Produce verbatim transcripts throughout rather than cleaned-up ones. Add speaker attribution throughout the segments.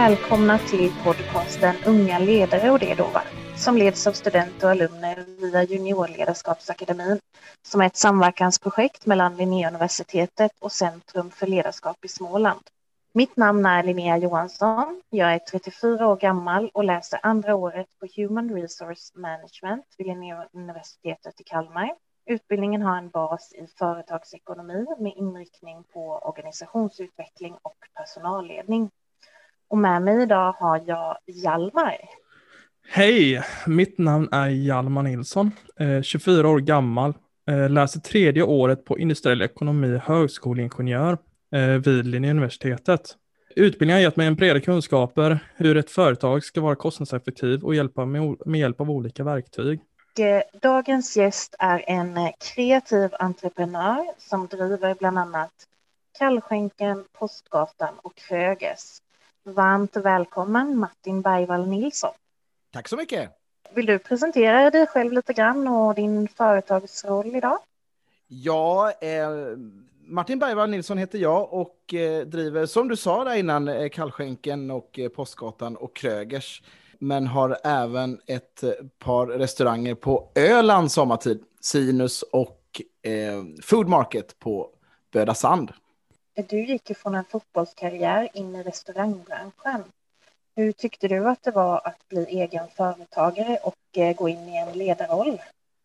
Speaker 1: välkomna till podcasten Unga ledare och det då va? Som leds av studenter och alumner via Juniorledarskapsakademin som är ett samverkansprojekt mellan Linnéuniversitetet och Centrum för ledarskap i Småland. Mitt namn är Linnea Johansson, jag är trettiofyra år gammal och läser andra året på Human Resource Management vid Linnéuniversitetet i Kalmar. Utbildningen har en bas i företagsekonomi med inriktning på organisationsutveckling och personalledning. Och med mig idag har jag Hjalmar.
Speaker 2: Hej, mitt namn är Hjalmar Nilsson, tjugofyra år gammal, läser tredje året på industriell ekonomi högskoleingenjör vid Linnéuniversitetet. Utbildningen har gett mig en bredare kunskaper hur ett företag ska vara kostnadseffektiv och hjälpa med, med hjälp av olika verktyg.
Speaker 1: Dagens gäst är en kreativ entreprenör som driver bland annat Kallskänken, Postgatan och Krögers. Varmt välkommen Martin Bergvall Nilsson.
Speaker 3: Tack så mycket.
Speaker 1: Vill du presentera dig själv lite grann och din företagsroll idag?
Speaker 3: Ja, eh, Martin Bergvall Nilsson heter jag och eh, driver, som du sa där innan, eh, Kallskänken och eh, Postgatan och Krögers. Men har även ett par restauranger på Öland sommartid, Sinus och eh, Food Market på Böda Sand.
Speaker 1: Du gick ju från en fotbollskarriär in i restaurangbranschen. Hur tyckte du att det var att bli egen företagare och eh, gå in i en ledarroll?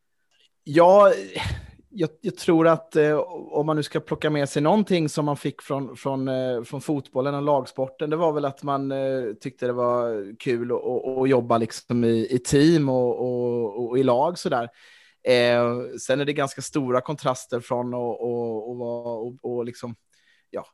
Speaker 3: Ja, jag, jag tror att eh, om man nu ska plocka med sig någonting som man fick från, från, eh, från fotbollen och lagsporten, det var väl att man eh, tyckte det var kul att, att, att jobba liksom i, i team och, och, och i lag sådär. Eh, sen är det ganska stora kontraster från att och, och, och, och, och liksom, ja,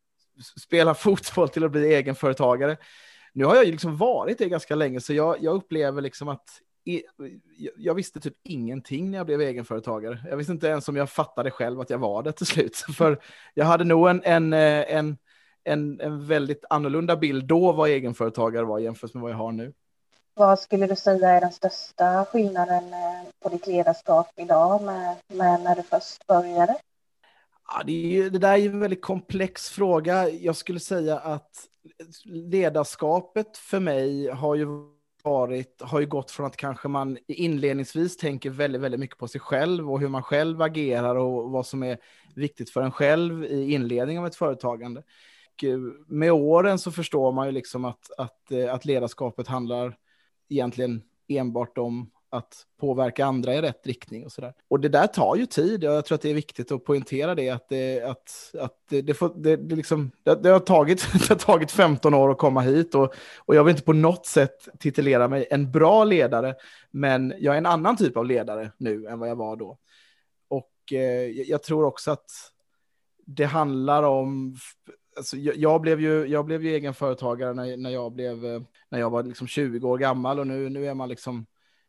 Speaker 3: spela fotboll till att bli egenföretagare. Nu har jag ju liksom varit det ganska länge, så jag, jag upplever liksom att i, jag visste typ ingenting när jag blev egenföretagare. Jag visste inte ens om jag fattade själv att jag var det till slut. För jag hade nog en, en, en, en, en väldigt annorlunda bild då vad egenföretagare var jämfört med vad jag har nu.
Speaker 1: Vad skulle du säga är den största skillnaden på ditt ledarskap idag med, med när du först började?
Speaker 3: Ja, det, är ju, det där är ju en väldigt komplex fråga. Jag skulle säga att ledarskapet för mig har ju varit, har ju gått från att kanske man inledningsvis tänker väldigt, väldigt mycket på sig själv och hur man själv agerar och vad som är viktigt för en själv i inledningen av ett företagande. Och med åren så förstår man ju liksom att, att, att ledarskapet handlar egentligen enbart om att påverka andra i rätt riktning och sådär. Och det där tar ju tid, och jag tror att det är viktigt att poängtera det, att det, att, att det, det, får, det, det, liksom, det, det, har tagit, det har tagit femton år att komma hit, och, och jag vill inte på något sätt titulera mig en bra ledare, men jag är en annan typ av ledare nu än vad jag var då. Och eh, jag tror också att det handlar om, alltså jag, jag blev ju jag blev ju egen företagare när, när jag blev när jag var liksom tjugo år gammal, och nu, nu är man liksom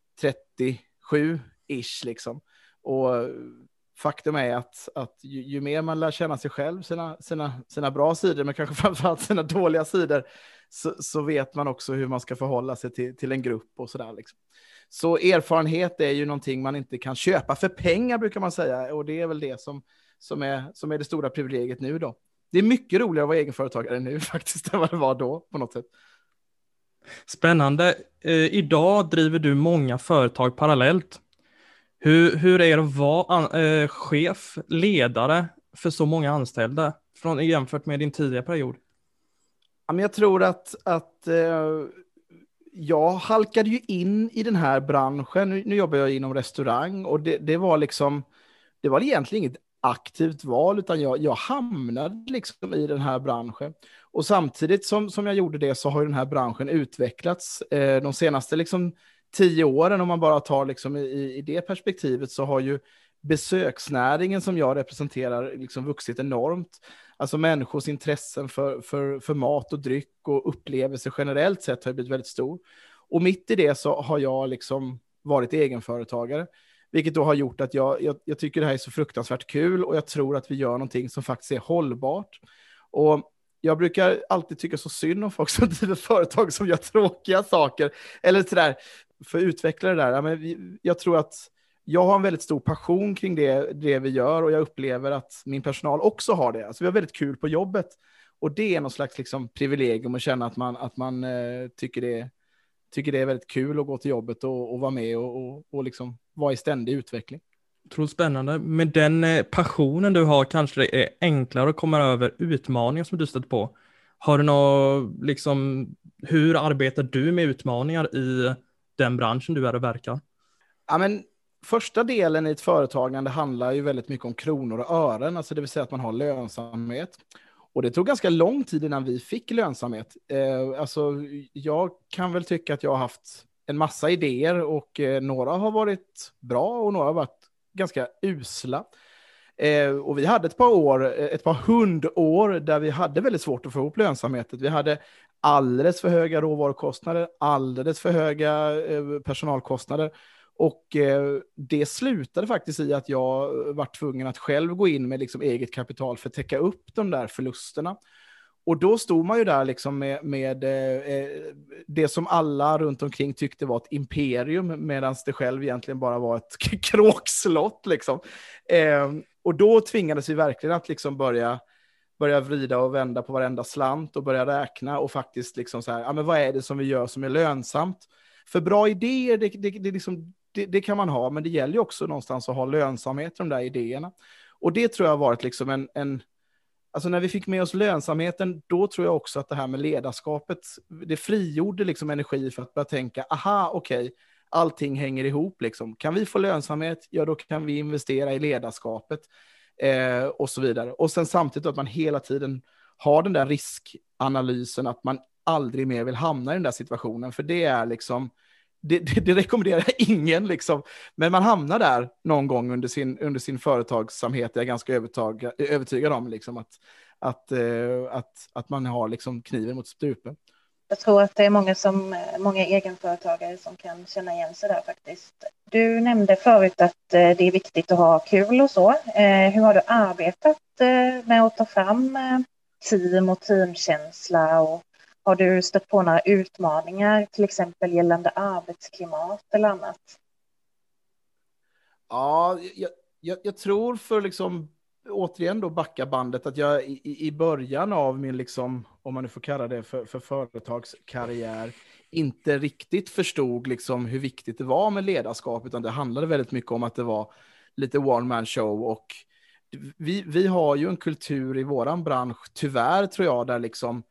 Speaker 3: trettiosju-ish liksom. Och faktum är att, att ju, ju mer man lär känna sig själv, sina, sina, sina bra sidor, men kanske framförallt sina dåliga sidor, så, så vet man också hur man ska förhålla sig till, till en grupp och sådär liksom. Så erfarenhet är ju någonting man inte kan köpa för pengar, brukar man säga, och det är väl det som, som, är, som är det stora privilegiet nu då. Det är mycket roligare att vara egenföretagare nu faktiskt än vad det var då på något sätt.
Speaker 2: Spännande. Eh, idag driver du många företag parallellt. Hur, hur är det att vara an, eh, chef, ledare för så många anställda från, jämfört med din tidigare period?
Speaker 3: Ja, men jag tror att, att eh, jag halkade ju in i den här branschen. Nu, nu jobbar jag inom restaurang, och det, det var liksom, det var egentligen inget aktivt val, utan jag, jag hamnade liksom i den här branschen. Och samtidigt som, som jag gjorde det, så har ju den här branschen utvecklats eh, de senaste liksom tio åren. Om man bara tar liksom i, i det perspektivet, så har ju besöksnäringen som jag representerar liksom vuxit enormt. Alltså människors intressen för, för, för mat och dryck och upplevelser generellt sett har blivit väldigt stor. Och mitt i det så har jag liksom varit egenföretagare. Vilket då har gjort att jag, jag, jag tycker det här är så fruktansvärt kul, och jag tror att vi gör någonting som faktiskt är hållbart. Och jag brukar alltid tycka så synd om folk som driver företag som gör tråkiga saker. Eller sådär, för att utveckla det där. Men jag tror att jag har en väldigt stor passion kring det, det vi gör, och jag upplever att min personal också har det. Alltså vi har väldigt kul på jobbet. Och det är någon slags liksom privilegium att känna att man, att man eh, tycker, det, tycker det är väldigt kul att gå till jobbet och, och vara med och, och, och liksom vara i ständig utveckling.
Speaker 2: Jag tror spännande. Med den eh, passionen du har kanske det är enklare att komma över utmaningar som du stött på. Har du något, liksom, hur arbetar du med utmaningar i den branschen du är och verkar?
Speaker 3: Ja, men första delen i ett företagande handlar ju väldigt mycket om kronor och ören, alltså det vill säga att man har lönsamhet. Och det tog ganska lång tid innan vi fick lönsamhet. Eh, alltså, jag kan väl tycka att jag har haft en massa idéer och eh, några har varit bra och några har varit ganska usla. Eh, och vi hade ett par år, ett par hundår där vi hade väldigt svårt att få ihop lönsamheten. Vi hade alldeles för höga råvarukostnader, alldeles för höga eh, personalkostnader. Och eh, det slutade faktiskt i att jag var tvungen att själv gå in med liksom eget kapital för att täcka upp de där förlusterna. Och då stod man ju där liksom med, med eh, det som alla runt omkring tyckte var ett imperium, medan det själv egentligen bara var ett kråkslott. Liksom. Eh, och då tvingades vi verkligen att liksom börja, börja vrida och vända på varenda slant och börja räkna och faktiskt liksom så här, ja, men vad är det som vi gör som är lönsamt? För bra idéer, det, det, det, liksom, det, det kan man ha, men det gäller ju också någonstans att ha lönsamhet i de där idéerna. Och det tror jag har varit liksom en, en alltså när vi fick med oss lönsamheten, då tror jag också att det här med ledarskapet, det frigjorde liksom energi för att börja tänka, aha, okej, okay, allting hänger ihop liksom. Kan vi få lönsamhet, ja då kan vi investera i ledarskapet eh, och så vidare. Och sen samtidigt att man hela tiden har den där riskanalysen, att man aldrig mer vill hamna i den där situationen, för det är liksom, det, det, det rekommenderar ingen liksom, men man hamnar där någon gång under sin, under sin företagsamhet. Jag är ganska övertag, övertygad om liksom att, att, uh, att, att man har liksom kniven mot strupen.
Speaker 1: Jag tror att det är många, som, många egenföretagare som kan känna igen sig där faktiskt. Du nämnde förut att det är viktigt att ha kul och så. Hur har du arbetat med att ta fram team och teamkänsla, och har du stött på några utmaningar, till exempel gällande arbetsklimat eller annat?
Speaker 3: Ja, jag, jag, jag tror för liksom återigen då backa bandet att jag i, i början av min, liksom, om man nu får kalla det för, för företagskarriär, inte riktigt förstod liksom hur viktigt det var med ledarskap, utan det handlade väldigt mycket om att det var lite one man show. Och vi, vi har ju en kultur i våran bransch, tyvärr tror jag, där liksom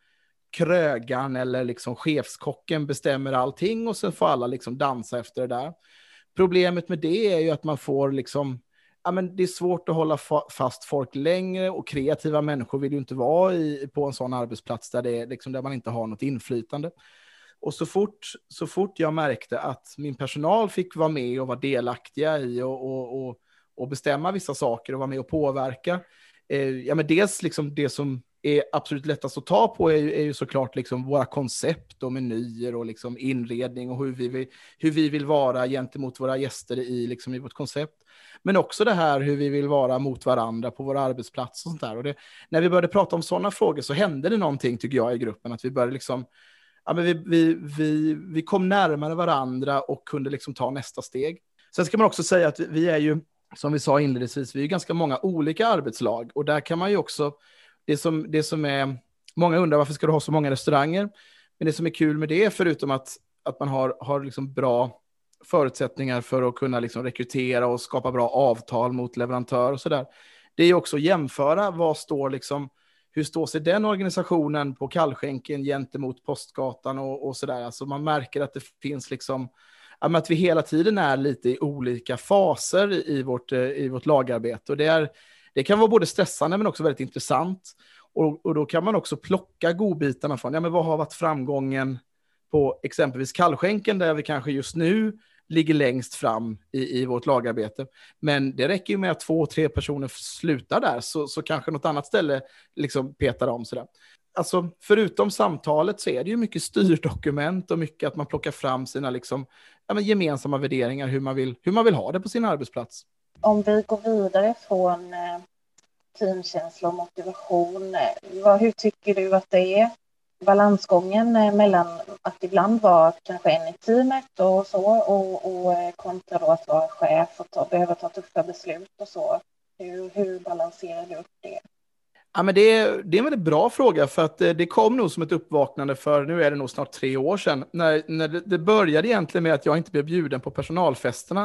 Speaker 3: krögan eller liksom chefskocken bestämmer allting och så får alla liksom dansa efter det där. Problemet med det är ju att man får liksom, ja, men det är svårt att hålla fa- fast folk längre, och kreativa människor vill ju inte vara i, på en sån arbetsplats där, det är liksom, där man inte har något inflytande. Och så fort, så fort jag märkte att min personal fick vara med och vara delaktiga i och, och, och, och bestämma vissa saker och vara med och påverka, eh, ja, men dels liksom det som är absolut lättast att ta på är ju, är ju såklart liksom våra koncept och menyer och liksom inredning och hur vi vill, hur vi vill vara gentemot våra gäster i, liksom i vårt koncept. Men också det här hur vi vill vara mot varandra på våra arbetsplatser och sånt där. Och det, när vi började prata om sådana frågor så hände det någonting, tycker jag, i gruppen. Att vi började liksom, ja, men vi, vi, vi, vi kom närmare varandra och kunde liksom ta nästa steg. Sen ska man också säga att vi är ju, som vi sa inledningsvis, vi är ganska många olika arbetslag. Och där kan man ju också, det som, det som är, många undrar varför ska du ha så många restauranger? Men det som är kul med det, förutom att, att man har, har liksom bra förutsättningar för att kunna liksom rekrytera och skapa bra avtal mot leverantör och sådär, det är ju också att jämföra vad står liksom, hur står sig den organisationen på Kallskänken gentemot Postgatan och, och sådär. Alltså man märker att det finns liksom, att vi hela tiden är lite i olika faser i vårt, i vårt lagarbete. Och det, är, det kan vara både stressande men också väldigt intressant. Och, och då kan man också plocka godbitarna från, ja, men vad har varit framgången på exempelvis Kallskänken, där vi kanske just nu ligger längst fram i, i vårt lagarbete. Men det räcker ju med att två, tre personer slutar där, så, så kanske något annat ställe liksom petar om sådär. Alltså, förutom samtalet så är det ju mycket styrdokument och mycket att man plockar fram sina liksom, ja, men gemensamma värderingar, hur man, vill, hur man vill ha det på sin arbetsplats.
Speaker 1: Om vi går vidare från eh, teamkänsla och motivation, eh, vad, hur tycker du att det är? Balansgången eh, mellan att ibland vara kanske en i teamet och så, och, och eh, kontra då att vara chef och ta, behöva ta tuffa beslut och så. Hur, hur balanserar du upp det?
Speaker 3: Ja, men det, är, det är en väldigt bra fråga, för att det kom nog som ett uppvaknande för, nu är det nog snart tre år sedan, när, när det, det började egentligen med att jag inte blev bjuden på personalfesterna.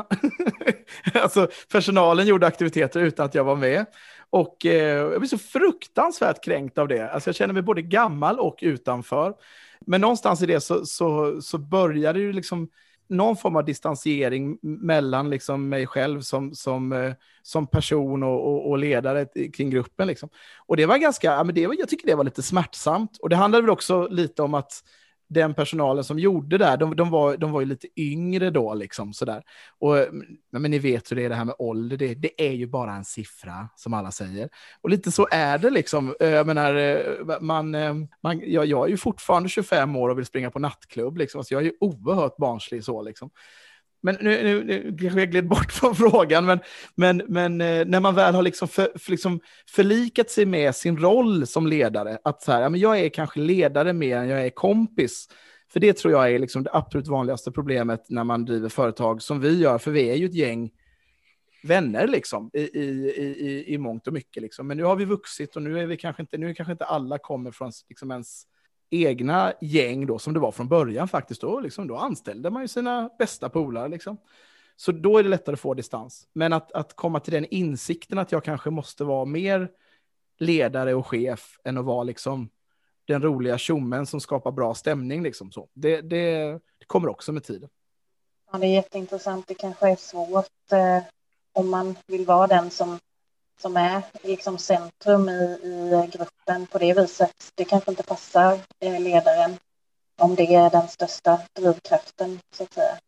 Speaker 3: Alltså personalen gjorde aktiviteter utan att jag var med. Och eh, jag blev så fruktansvärt kränkt av det. Alltså jag känner mig både gammal och utanför. Men någonstans i det så, så, så började det ju liksom någon form av distansering mellan liksom mig själv som, som, som person och, och, och ledare kring gruppen. Liksom. Och det var ganska, ja, men det var, jag tycker det var lite smärtsamt. Och det handlade väl också lite om att den personalen som gjorde det där, de, de, var, de var ju lite yngre då. Liksom, sådär. Och, men ni vet hur det är det här med ålder, det, det är ju bara en siffra som alla säger. Och lite så är det liksom. Jag menar, man, man, jag, jag är ju fortfarande tjugofem år och vill springa på nattklubb. Liksom. Alltså jag är ju oerhört barnslig så liksom. Men nu, nu, nu kanske jag gled bort från frågan, men, men, men när man väl har liksom, för, för liksom förlikat sig med sin roll som ledare, att så här, ja, men jag är kanske ledare mer än jag är kompis. För det tror jag är liksom det absolut vanligaste problemet när man driver företag som vi gör, för vi är ju ett gäng vänner liksom, i, i, i, i mångt och mycket. Liksom. Men nu har vi vuxit och nu är vi kanske inte, nu kanske inte alla kommer från liksom ens egna gäng då, som det var från början faktiskt. Då, liksom, då anställde man ju sina bästa polare. Liksom. Så då är det lättare att få distans. Men att, att komma till den insikten att jag kanske måste vara mer ledare och chef än att vara liksom den roliga tjommen som skapar bra stämning. Liksom, så. Det, det, det kommer också med tiden.
Speaker 1: Ja, det är jätteintressant. Det kanske är svårt eh, om man vill vara den som som är liksom centrum i, i gruppen på det viset. Det kanske inte passar eh, ledaren om det är den största drivkraften, så att säga.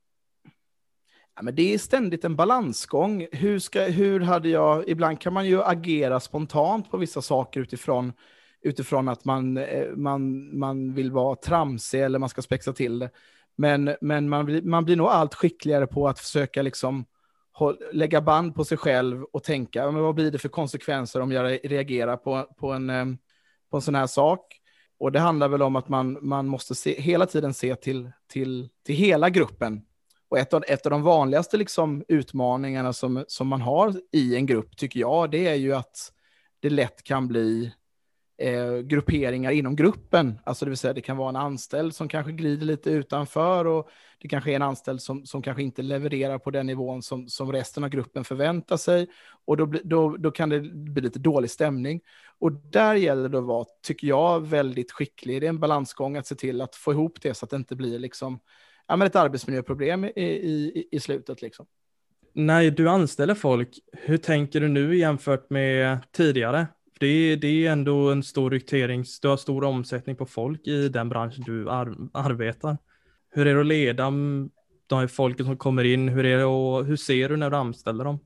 Speaker 3: Ja, men det är ständigt en balansgång. Hur, ska, hur hade jag... Ibland kan man ju agera spontant på vissa saker utifrån, utifrån att man, man, man vill vara tramsig eller man ska spexa till det. Men, men man, blir, man blir nog allt skickligare på att försöka liksom lägga band på sig själv och tänka, men vad blir det för konsekvenser om jag reagerar på, på, en, på en sån här sak? Och det handlar väl om att man, man måste se, hela tiden se till, till, till hela gruppen. Och ett av, ett av de vanligaste liksom utmaningarna som, som man har i en grupp, tycker jag, det är ju att det lätt kan bli eh, grupperingar inom gruppen. Alltså det vill säga det kan vara en anställd som kanske glider lite utanför, och det kanske är en anställd som, som kanske inte levererar på den nivån som, som resten av gruppen förväntar sig. Och då, då, då kan det bli lite dålig stämning. Och där gäller det att vara, tycker jag, väldigt skicklig. Det är en balansgång att se till att få ihop det så att det inte blir liksom, ja, men ett arbetsmiljöproblem i, i, i slutet. Liksom.
Speaker 2: När du anställer folk, hur tänker du nu jämfört med tidigare? Det är, det är ändå en stor rekrytering, du har stor omsättning på folk i den branschen du ar- arbetar. Hur är det att leda de här folket som kommer in? Hur, är det och, hur ser du när du anställer dem?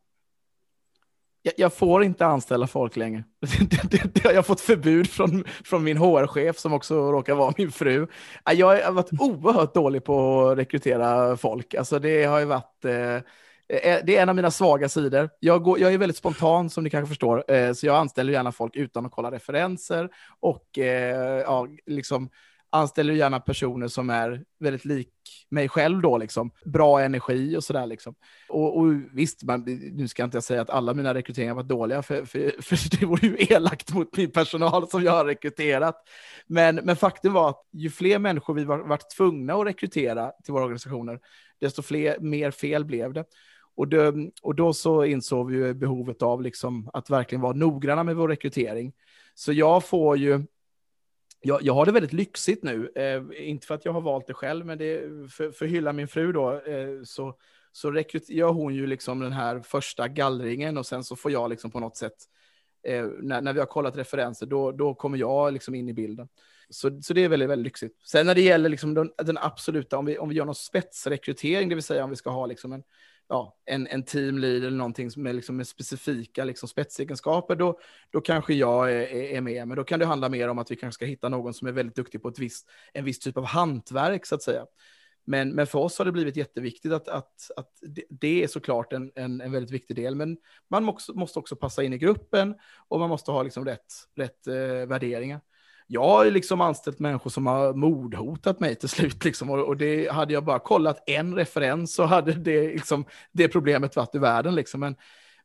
Speaker 3: Jag, jag får inte anställa folk längre. Det, det, det har jag fått förbud från, från min H R-chef som också råkar vara min fru. Jag har varit oerhört dålig på att rekrytera folk. Alltså det har ju varit... Eh, det är en av mina svaga sidor. Jag, går, jag är väldigt spontan, som ni kanske förstår. Eh, så jag anställer gärna folk utan att kolla referenser. Och eh, ja, liksom... anställer gärna personer som är väldigt lik mig själv då, liksom. Bra energi och sådär liksom. Och, och visst, man, nu ska jag inte säga att alla mina rekryteringar var dåliga, för, för, för det vore ju elakt mot min personal som jag har rekryterat. Men, men faktum var att ju fler människor vi var, varit tvungna att rekrytera till våra organisationer, desto fler, mer fel blev det. Och, det, och då så insåg vi ju behovet av liksom att verkligen vara noggranna med vår rekrytering. Så jag får ju Jag, jag har det väldigt lyxigt nu, eh, inte för att jag har valt det själv, men det, för, för hylla min fru då, eh, så, så rekryt, gör hon ju liksom den här första gallringen, och sen så får jag liksom på något sätt, eh, när, när vi har kollat referenser, då, då kommer jag liksom in i bilden. Så, så det är väldigt, väldigt lyxigt. Sen när det gäller liksom den, den absoluta, om vi, om vi gör någon spetsrekrytering, det vill säga om vi ska ha liksom en Ja, en, en teamlead eller någonting som är liksom med specifika liksom spetsegenskaper, då, då kanske jag är, är med. Men då kan det handla mer om att vi kanske ska hitta någon som är väldigt duktig på ett visst, en viss typ av hantverk, så att säga. Men, men för oss har det blivit jätteviktigt att, att, att det, det är såklart en, en, en väldigt viktig del. Men man måste, måste också passa in i gruppen, och man måste ha liksom rätt, rätt eh, värderingar. Jag har liksom anställt människor som har mordhotat mig till slut. Liksom, och, och det hade jag bara kollat en referens, så hade det, liksom, det problemet varit i världen. Liksom. Men,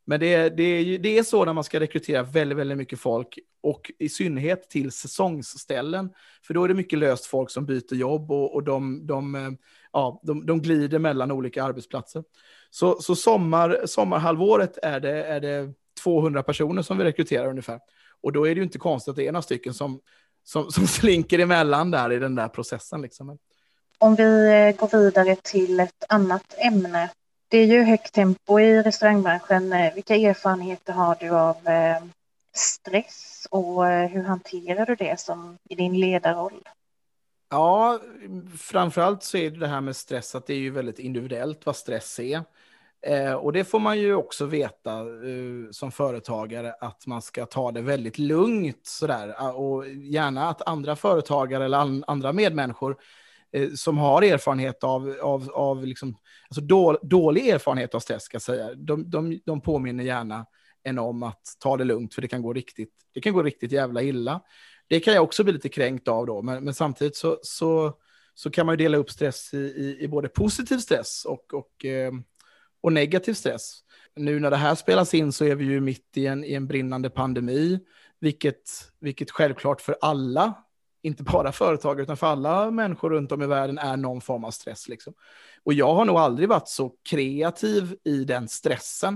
Speaker 3: Men det är, det, är ju, det är så när man ska rekrytera väldigt, väldigt mycket folk och i synnerhet till säsongsställen. För då är det mycket löst folk som byter jobb och, och de, de, ja, de, de glider mellan olika arbetsplatser. Så, så sommar, sommarhalvåret är det, är det tvåhundra personer som vi rekryterar ungefär. Och då är det ju inte konstigt att det är några stycken som, som, som slinker emellan där i den där processen. Liksom.
Speaker 1: Om vi går vidare till ett annat ämne. Det är ju högt tempo i restaurangbranschen. Vilka erfarenheter har du av stress och hur hanterar du det som i din ledarroll?
Speaker 3: Ja, framförallt så är det här med stress att det är ju väldigt individuellt vad stress är. Eh, och det får man ju också veta eh, som företagare att man ska ta det väldigt lugnt sådär. Och gärna att andra företagare eller an- andra medmänniskor eh, som har erfarenhet av, av, av liksom, alltså då, dålig erfarenhet av stress ska jag säga, de, de, de påminner gärna en om att ta det lugnt för det kan gå riktigt, det kan gå riktigt jävla illa. Det kan jag också bli lite kränkt av då, men, men samtidigt så, så, så kan man ju dela upp stress i, i, i både positiv stress och, och, eh, och negativ stress. Nu när det här spelas in så är vi ju mitt i en, i en brinnande pandemi, vilket, vilket självklart för alla, inte bara företag utan för alla människor runt om i världen är någon form av stress. Liksom. Och jag har nog aldrig varit så kreativ i den stressen.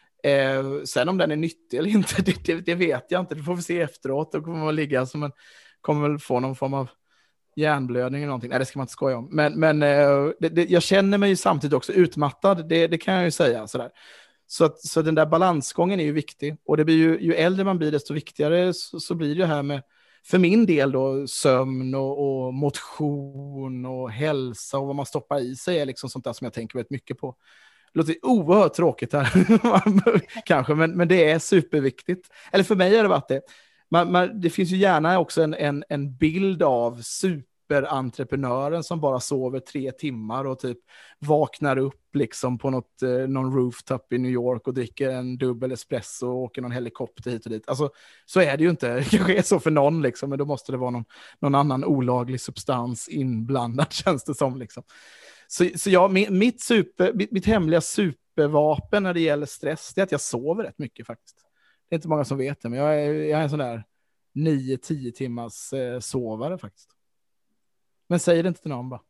Speaker 3: Eh, sen om den är nyttig eller inte, det, det, det vet jag inte. Det får vi se efteråt. Då kommer man ligga som en, kommer väl få någon form av hjärnblödning eller någonting. Nej, det ska man inte skoja om. Men, men eh, det, det, jag känner mig ju samtidigt också utmattad. Det, det kan jag ju säga. Sådär. Så, att, så den där balansgången är ju viktig. Och det blir ju, ju äldre man blir desto viktigare så, så blir det här med, för min del då, sömn och, och motion och hälsa och vad man stoppar i sig är liksom sånt där som jag tänker väldigt mycket på. Det låter oerhört tråkigt här, kanske, men, men det är superviktigt. Eller för mig har det varit det. Man, man, det finns ju gärna också en, en, en bild av superentreprenören som bara sover tre timmar och typ vaknar upp liksom på något, någon rooftop i New York och dricker en dubbel espresso och åker någon helikopter hit och dit. Alltså, så är det ju inte. Det kanske är så för någon, liksom, men då måste det vara någon, någon annan olaglig substans inblandad, känns det som. Liksom. Så, så ja, mitt, super, mitt, mitt hemliga supervapen när det gäller stress, det är att jag sover rätt mycket faktiskt. Det är inte många som vet det, men jag är, jag är en sån där nio till tio timmars eh, sovare faktiskt. Men säg det inte till någon bara.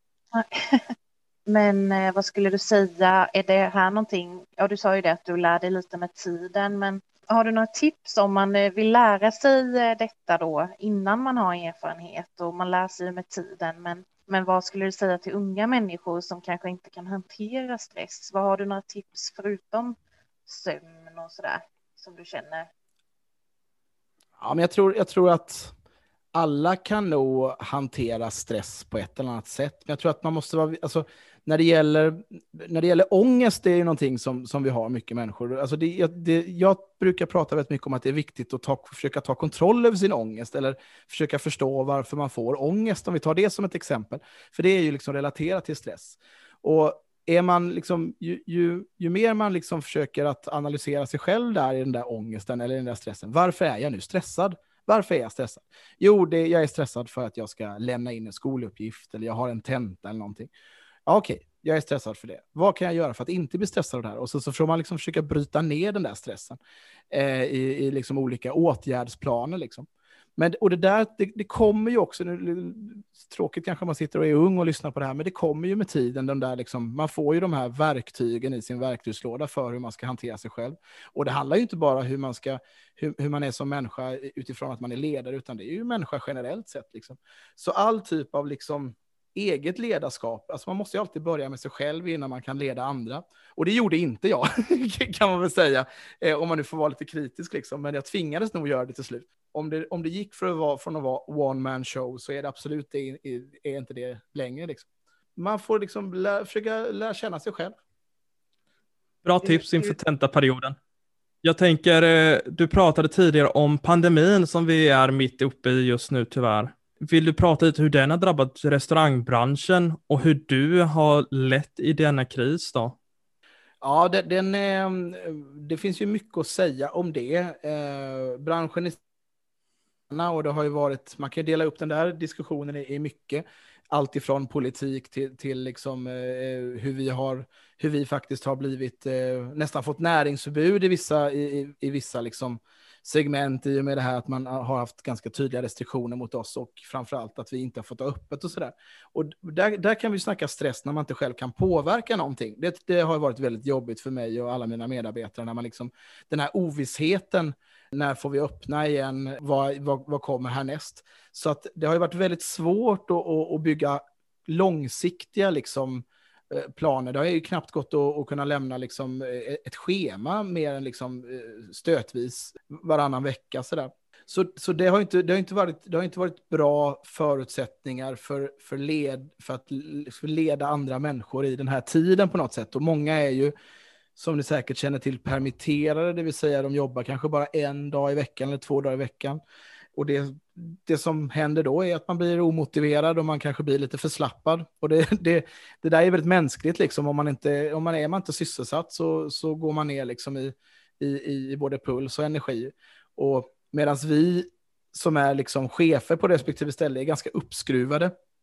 Speaker 1: Men eh, vad skulle du säga, är det här någonting, ja du sa ju det att du lär dig lite med tiden, men har du några tips om man vill lära sig detta då innan man har erfarenhet och man lär sig med tiden, men Men vad skulle du säga till unga människor som kanske inte kan hantera stress? Vad har du några tips förutom sömn och sådär som du känner?
Speaker 3: Ja, men jag tror, jag tror att alla kan nog hantera stress på ett eller annat sätt. Men jag tror att man måste vara, alltså, när det gäller, när det gäller ångest, det är ju någonting som, som vi har mycket människor. Alltså det, det, jag brukar prata väldigt mycket om att det är viktigt att ta, försöka ta kontroll över sin ångest eller försöka förstå varför man får ångest, om vi tar det som ett exempel. För det är ju liksom relaterat till stress. Och är man liksom, ju, ju, ju mer man liksom försöker att analysera sig själv där i den där ångesten eller den där stressen. Varför är jag nu stressad? Varför är jag stressad? Jo, det, jag är stressad för att jag ska lämna in en skoluppgift eller jag har en tenta eller någonting. Ja, okej, jag är stressad för det. Vad kan jag göra för att inte bli stressad av det här? Och så, så får man liksom försöka bryta ner den där stressen eh, i, i liksom olika åtgärdsplaner. Liksom. Men, och det där, det, det kommer ju också, nu, tråkigt kanske man sitter och är ung och lyssnar på det här, men det kommer ju med tiden, den där liksom, man får ju de här verktygen i sin verktygslåda för hur man ska hantera sig själv. Och det handlar ju inte bara hur man ska, hur, hur man är som människa utifrån att man är ledare, utan det är ju människa generellt sett. Liksom. Så all typ av liksom eget ledarskap, alltså man måste ju alltid börja med sig själv innan man kan leda andra. Och det gjorde inte jag, kan man väl säga, eh, om man nu får vara lite kritisk liksom, men jag tvingades nog göra det till slut. Om det, om det gick för att vara, från att vara one man show så är det absolut det, är, är inte det längre. Liksom. Man får liksom lä, försöka lära känna sig själv.
Speaker 2: Bra tips inför tentaperioden. Jag tänker, du pratade tidigare om pandemin som vi är mitt uppe i just nu tyvärr. Vill du prata lite hur den har drabbat restaurangbranschen och hur du har lett i denna kris då?
Speaker 3: Ja, det, den, det finns ju mycket att säga om det. Eh, branschen är och det har ju varit, man kan dela upp den där diskussionen i, i mycket. allt ifrån politik till, till liksom, eh, hur, vi har, hur vi faktiskt har blivit eh, nästan fått näringsförbud i vissa, i, i, i vissa liksom, segment i och med det här att man har haft ganska tydliga restriktioner mot oss och framförallt att vi inte har fått ha öppet och sådär. Och där, där kan vi snacka stress när man inte själv kan påverka någonting. Det, det har varit väldigt jobbigt för mig och alla mina medarbetare när man liksom, den här ovissheten, när får vi öppna igen, vad, vad, vad kommer härnäst? Så att det har ju varit väldigt svårt att, att, att bygga långsiktiga liksom, planer. Det har ju knappt gått att, att kunna lämna liksom ett schema mer än liksom stötvis varannan vecka. Sådär. Så, så det har inte, det har inte, varit, det har inte varit bra förutsättningar för, för, led, för att för leda andra människor i den här tiden på något sätt. Och många är ju, som ni säkert känner till, permitterade, det vill säga de jobbar kanske bara en dag i veckan eller två dagar i veckan. Och det, det som händer då är att man blir omotiverad och man kanske blir lite förslappad. Och det, det, det där är väldigt mänskligt. Liksom. Om man inte, om man är man inte sysselsatt så, så går man ner liksom i, i, i både puls och energi. Och medan vi som är liksom chefer på respektive ställe är ganska uppskruvade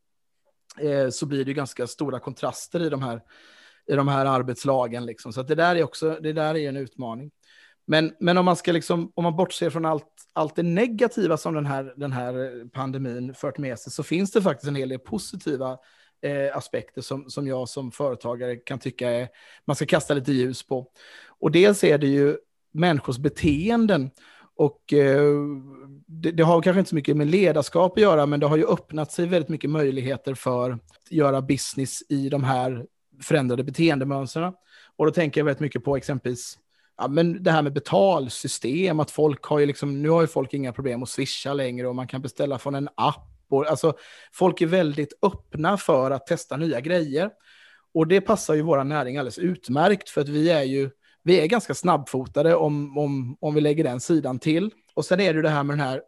Speaker 3: eh, så blir det ju ganska stora kontraster i de här, i de här arbetslagen. Liksom. Så att det där är också det där är en utmaning. Men, men om man ska liksom, om man bortser från allt, allt det negativa som den här, den här pandemin fört med sig, så finns det faktiskt en hel del positiva eh, aspekter som, som jag som företagare kan tycka är, man ska kasta lite ljus på. Och dels är det ju människors beteenden. Och eh, det, det har kanske inte så mycket med ledarskap att göra, men det har ju öppnat sig väldigt mycket möjligheter för att göra business i de här förändrade beteendemönsterna. Och då tänker jag väldigt mycket på exempelvis ja, men det här med betalsystem, att folk har ju liksom, nu har ju folk inga problem att swisha längre och man kan beställa från en app. Och, alltså, folk är väldigt öppna för att testa nya grejer. Och det passar ju våra näring alldeles utmärkt, för att vi är ju vi är ganska snabbfotade om, om, om vi lägger den sidan till. Och sen är det ju det här med den här,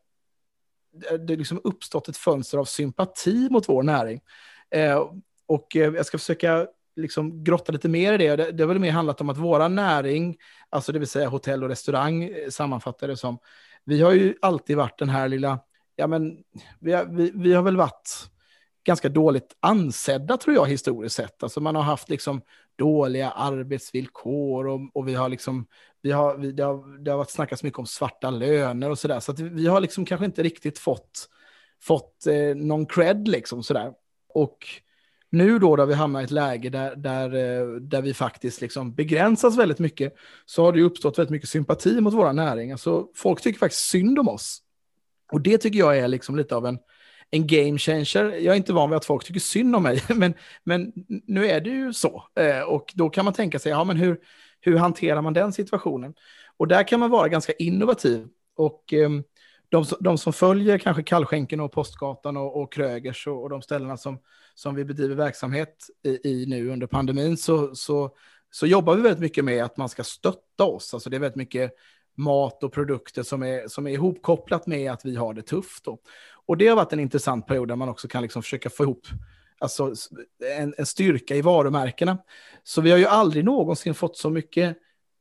Speaker 3: det är liksom uppstått ett fönster av sympati mot vår näring. Eh, och eh, jag ska försöka liksom grotta lite mer i det. det. Det har väl mer handlat om att våra näring, alltså det vill säga hotell och restaurang, sammanfattar det som, vi har ju alltid varit den här lilla, ja men vi har, vi, vi har väl varit ganska dåligt ansedda tror jag historiskt sett. Alltså man har haft liksom dåliga arbetsvillkor och, och vi har liksom, vi har, vi, det, har, det har varit snackat mycket om svarta löner och sådär. Så att vi har liksom kanske inte riktigt fått, fått eh, någon cred liksom sådär. Och nu då där vi hamnar i ett läge där, där, där vi faktiskt liksom begränsas väldigt mycket, så har det uppstått väldigt mycket sympati mot våra näring. Alltså folk tycker faktiskt synd om oss. Och det tycker jag är liksom lite av en en game changer. Jag är inte van vid att folk tycker synd om mig, men, men nu är det ju så. Eh, och då kan man tänka sig, ja, men hur, hur hanterar man den situationen? Och där kan man vara ganska innovativ. Och eh, de, de som följer kanske Kallskänken och Postgatan och, och Krögers och, och de ställena som, som vi bedriver verksamhet i, i nu under pandemin, så, så, så jobbar vi väldigt mycket med att man ska stötta oss. Alltså det är väldigt mycket mat och produkter som är, som är ihopkopplat med att vi har det tufft då. Och det har varit en intressant period där man också kan liksom försöka få ihop alltså, en, en styrka i varumärkena. Så vi har ju aldrig någonsin fått så mycket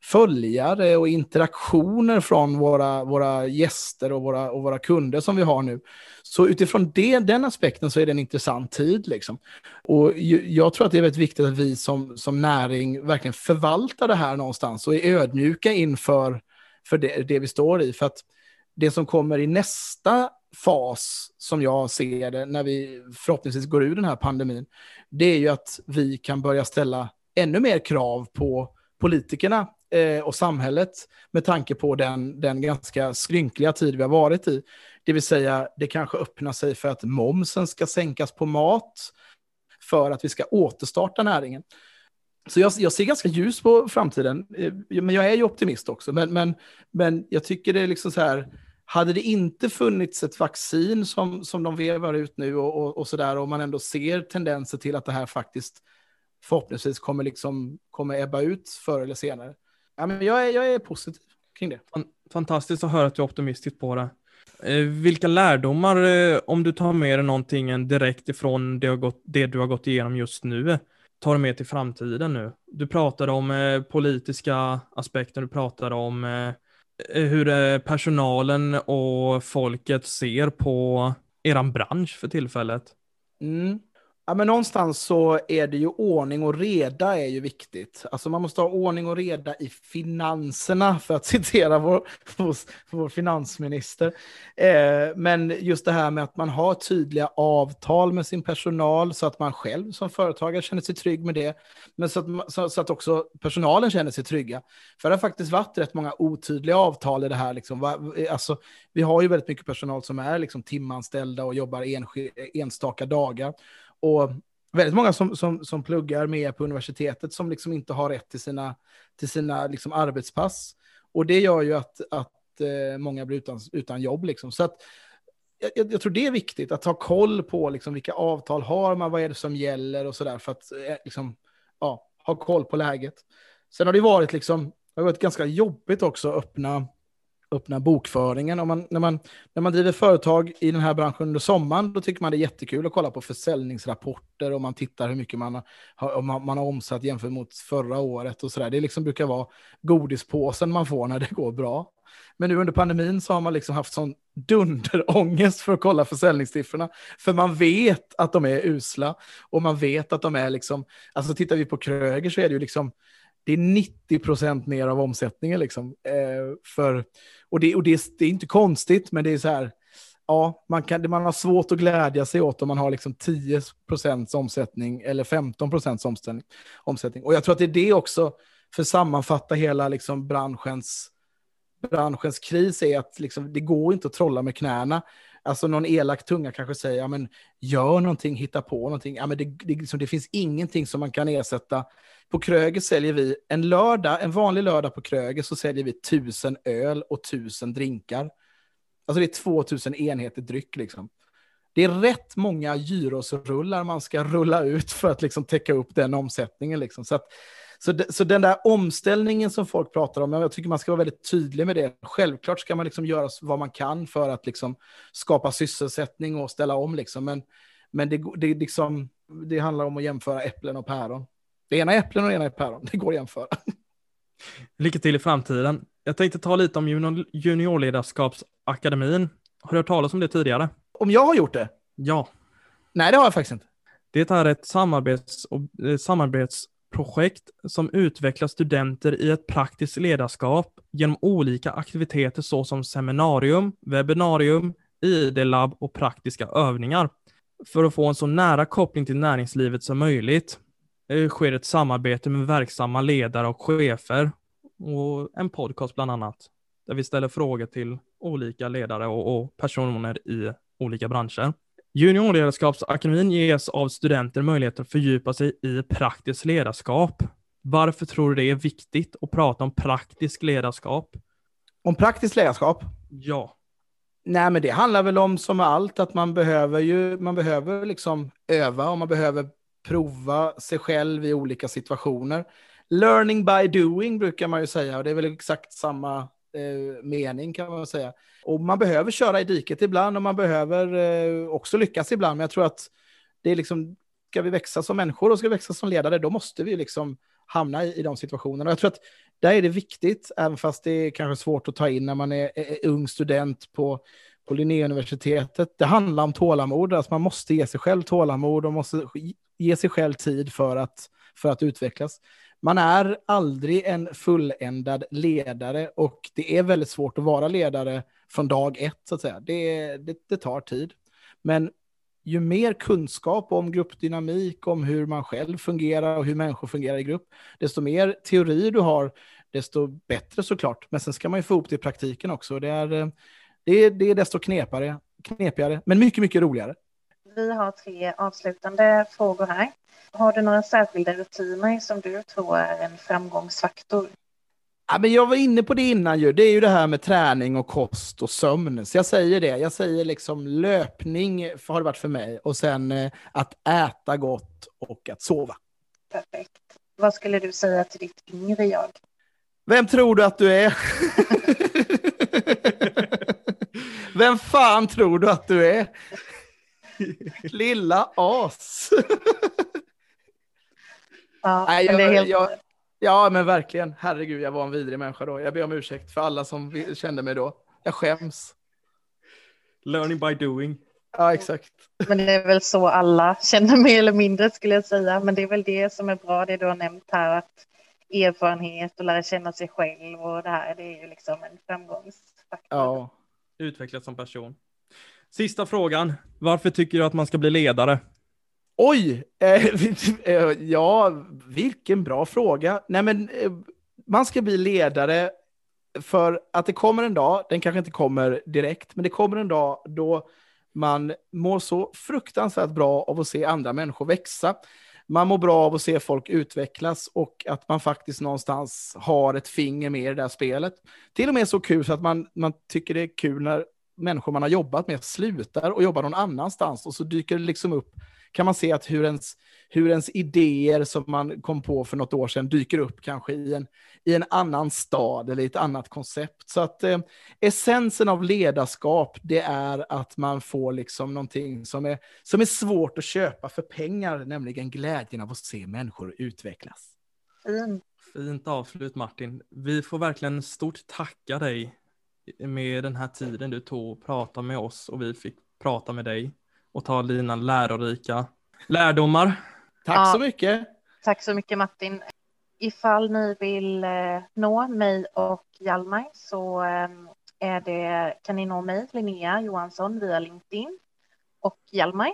Speaker 3: följare och interaktioner från våra, våra gäster och våra, och våra kunder som vi har nu. Så utifrån det, den aspekten så är det en intressant tid. Liksom. Och jag tror att det är väldigt viktigt att vi som, som näring verkligen förvaltar det här någonstans och är ödmjuka inför för det, det vi står i. För att det som kommer i nästa fas, som jag ser det, när vi förhoppningsvis går ur den här pandemin, det är ju att vi kan börja ställa ännu mer krav på politikerna eh, och samhället med tanke på den, den ganska skrynkliga tid vi har varit i. Det vill säga, det kanske öppnar sig för att momsen ska sänkas på mat för att vi ska återstarta näringen. Så jag, jag ser ganska ljus på framtiden, men jag är ju optimist också. Men, men, men jag tycker det är liksom så här, hade det inte funnits ett vaccin som, som de vevar ut nu och, och, och sådär, och man ändå ser tendenser till att det här faktiskt förhoppningsvis kommer, liksom, kommer ebba ut förr eller senare. Ja, men jag, är, jag är positiv kring det.
Speaker 2: Fantastiskt att höra att du är optimistisk på det. Eh, vilka lärdomar, eh, om du tar med dig någonting direkt ifrån det, har gått, det du har gått igenom just nu, tar du med till framtiden nu? Du pratade om eh, politiska aspekter, du pratade om eh, hur eh, personalen och folket ser på eran bransch för tillfället.
Speaker 3: Mm. Ja, men någonstans så är det ju ordning och reda är ju viktigt. Alltså man måste ha ordning och reda i finanserna, för att citera vår, vår, vår finansminister. Eh, men just det här med att man har tydliga avtal med sin personal så att man själv som företagare känner sig trygg med det. Men så att, så, så att också personalen känner sig trygga. För det har faktiskt varit rätt många otydliga avtal i det här. Liksom. Alltså, vi har ju väldigt mycket personal som är liksom timanställda och jobbar ensk- enstaka dagar. Och väldigt många som, som, som pluggar med på universitetet som liksom inte har rätt till sina, till sina liksom arbetspass. Och det gör ju att, att eh, många blir utan, utan jobb. Liksom. Så att, jag, jag tror det är viktigt att ha koll på liksom, vilka avtal har man, vad är det som gäller och sådär, för att eh, liksom, ja, ha koll på läget. Sen har det varit, liksom, det har varit ganska jobbigt också att öppna öppna bokföringen. Om man, när, man, när man driver företag i den här branschen under sommaren, då tycker man det är jättekul att kolla på försäljningsrapporter och man tittar hur mycket man har, man, man har omsatt jämfört mot förra året och sådär. Det liksom brukar vara godispåsen man får när det går bra. Men nu under pandemin så har man liksom haft sån dunderångest för att kolla försäljningssiffrorna. För man vet att de är usla och man vet att de är liksom, alltså tittar vi på Kröger så är det ju liksom det är nittio procent ner av omsättningen. Liksom. Eh, för, och det, och det, det är inte konstigt, men det är så här, ja, man, kan, man har svårt att glädja sig åt om man har liksom tio procent omsättning eller femton procent omsättning, omsättning. Och jag tror att det är det också, för att sammanfatta hela liksom branschens, branschens kris, är att liksom, det går inte att trolla med knäna. Alltså någon elak tunga kanske säger, ja men gör någonting, hitta på någonting. Ja men det, det, liksom, det finns ingenting som man kan ersätta. På Kröger säljer vi en lördag, en vanlig lördag på Kröger så säljer vi tusen öl och tusen drinkar. Alltså det är tvåtusen enheter dryck liksom. Det är rätt många gyrosrullar man ska rulla ut för att liksom täcka upp den omsättningen liksom. Så att Så, de, så den där omställningen som folk pratar om, jag tycker man ska vara väldigt tydlig med det. Självklart ska man liksom göra vad man kan för att liksom skapa sysselsättning och ställa om. Liksom. Men, men det, det, liksom, det handlar om att jämföra äpplen och päron. Det ena är äpplen och det ena är päron. Det går att jämföra.
Speaker 2: Lycka till i framtiden. Jag tänkte ta lite om junior, juniorledarskapsakademin. Har du hört talas om det tidigare?
Speaker 3: Om jag har gjort det?
Speaker 2: Ja.
Speaker 3: Nej, det har jag faktiskt inte.
Speaker 2: Det är ett samarbets, eh, samarbets projekt som utvecklar studenter i ett praktiskt ledarskap genom olika aktiviteter såsom seminarium, webbinarium, I D-labb och praktiska övningar. För att få en så nära koppling till näringslivet som möjligt sker ett samarbete med verksamma ledare och chefer och en podcast bland annat där vi ställer frågor till olika ledare och, och personer i olika branscher. Juniorledarskapsakademin ges av studenter möjlighet att fördjupa sig i praktiskt ledarskap. Varför tror du det är viktigt att prata om praktiskt ledarskap?
Speaker 3: Om praktiskt ledarskap?
Speaker 2: Ja.
Speaker 3: Nej, men det handlar väl om som allt att man behöver ju, man behöver liksom öva och man behöver prova sig själv i olika situationer. Learning by doing brukar man ju säga, och det är väl exakt samma eh, mening kan man säga. Och man behöver köra i diket ibland och man behöver eh, också lyckas ibland. Men jag tror att det är liksom, ska vi växa som människor och ska vi växa som ledare, då måste vi liksom hamna i, i de situationerna. Och jag tror att där är det viktigt, även fast det är kanske svårt att ta in när man är, är ung student på, på Linnéuniversitetet. Det handlar om tålamod, alltså man måste ge sig själv tålamod och måste ge sig själv tid för att, för att utvecklas. Man är aldrig en fulländad ledare och det är väldigt svårt att vara ledare från dag ett så att säga. Det, det, det tar tid. Men ju mer kunskap om gruppdynamik, om hur man själv fungerar och hur människor fungerar i grupp, desto mer teori du har, desto bättre såklart. Men sen ska man ju få ihop det i praktiken också. Det är, det är, det är desto knepigare, knepigare, men mycket, mycket roligare.
Speaker 1: Vi har tre avslutande frågor här. Har du några särskilda rutiner som du tror är en framgångsfaktor?
Speaker 3: Ja, men jag var inne på det innan ju. Det är ju det här med träning och kost och sömn. Så jag säger det. Jag säger liksom löpning har det varit för mig. Och sen eh, att äta gott och att sova.
Speaker 1: Perfekt. Vad skulle du säga till ditt yngre jag?
Speaker 3: Vem tror du att du är? Vem fan tror du att du är? Lilla as.
Speaker 1: Ja,
Speaker 3: Nej, jag,
Speaker 1: det är helt...
Speaker 3: jag, ja, men verkligen. Herregud, jag var en vidrig människa då. Jag ber om ursäkt för alla som kände mig då. Jag skäms.
Speaker 2: Learning by doing.
Speaker 3: Ja, exakt.
Speaker 1: Men det är väl så alla känner mer eller mindre skulle jag säga. Men det är väl det som är bra, det du har nämnt här, att erfarenhet och lära känna sig själv och det här, det är ju liksom en framgångsfaktor.
Speaker 3: Ja.
Speaker 2: Utvecklas som person. Sista frågan. Varför tycker du att man ska bli ledare?
Speaker 3: Oj! Eh, ja, vilken bra fråga. Nej, men eh, man ska bli ledare för att det kommer en dag, den kanske inte kommer direkt, men det kommer en dag då man mår så fruktansvärt bra av att se andra människor växa. Man mår bra av att se folk utvecklas och att man faktiskt någonstans har ett finger med i det där spelet. Till och med så kul så att man, man tycker det är kul när människor man har jobbat med slutar och jobbar någon annanstans, och så dyker det liksom upp, kan man se att hur ens, hur ens idéer som man kom på för något år sedan dyker upp kanske i en, i en annan stad eller i ett annat koncept. Så att eh, essensen av ledarskap, det är att man får liksom någonting som är, som är svårt att köpa för pengar, nämligen glädjen av att se människor utvecklas.
Speaker 1: Mm.
Speaker 2: Fint avslut, Martin. Vi får verkligen stort tacka dig med den här tiden du tog att prata med oss och vi fick prata med dig och ta dina lärorika lärdomar.
Speaker 3: Tack
Speaker 1: Ja.
Speaker 3: så mycket.
Speaker 1: Tack så mycket, Martin. Ifall ni vill eh, nå mig och Hjalmar så eh, är det, kan ni nå mig, Linnea Johansson, via LinkedIn och Hjalmar.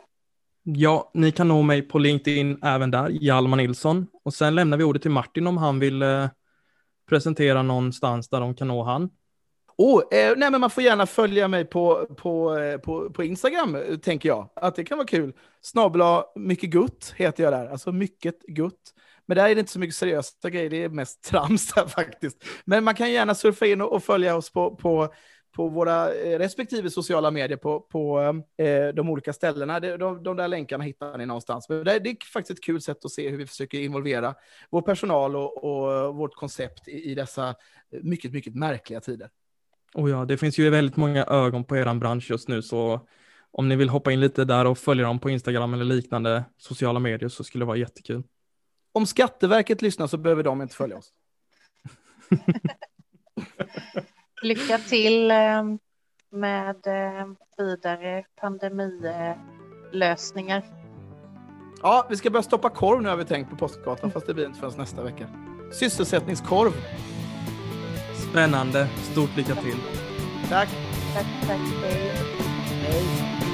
Speaker 2: Ja, ni kan nå mig på LinkedIn även där, Hjalmar Nilsson. Och sen lämnar vi ordet till Martin om han vill eh, presentera någonstans där de kan nå han.
Speaker 3: Oh, eh, nej, men man får gärna följa mig på, på, eh, på, på Instagram, eh, tänker jag. Att det kan vara kul. Snabla mycket gutt heter jag där. Alltså mycket gutt. Men där är det inte så mycket seriösa grejer. Det är mest trams där faktiskt. Men man kan gärna surfa in och, och följa oss på, på, på våra eh, respektive sociala medier på, på eh, de olika ställena. De, de, de där länkarna hittar ni någonstans. Men det, det är faktiskt ett kul sätt att se hur vi försöker involvera vår personal och, och vårt koncept i, i dessa mycket, mycket märkliga tider.
Speaker 2: Och ja, det finns ju väldigt många ögon på eran bransch just nu, så om ni vill hoppa in lite där och följa dem på Instagram eller liknande sociala medier så skulle det vara jättekul.
Speaker 3: Om Skatteverket lyssnar så behöver de inte följa oss.
Speaker 1: Lycka till eh, med eh, vidare pandemilösningar.
Speaker 3: Ja, vi ska börja stoppa korv nu, har vi tänkt på Postgatan, fast det blir inte förrän nästa vecka. Sysselsättningskorv.
Speaker 2: Spännande. Stort lycka till.
Speaker 3: Tack.
Speaker 1: Tack, tack. Hej.
Speaker 3: Hej.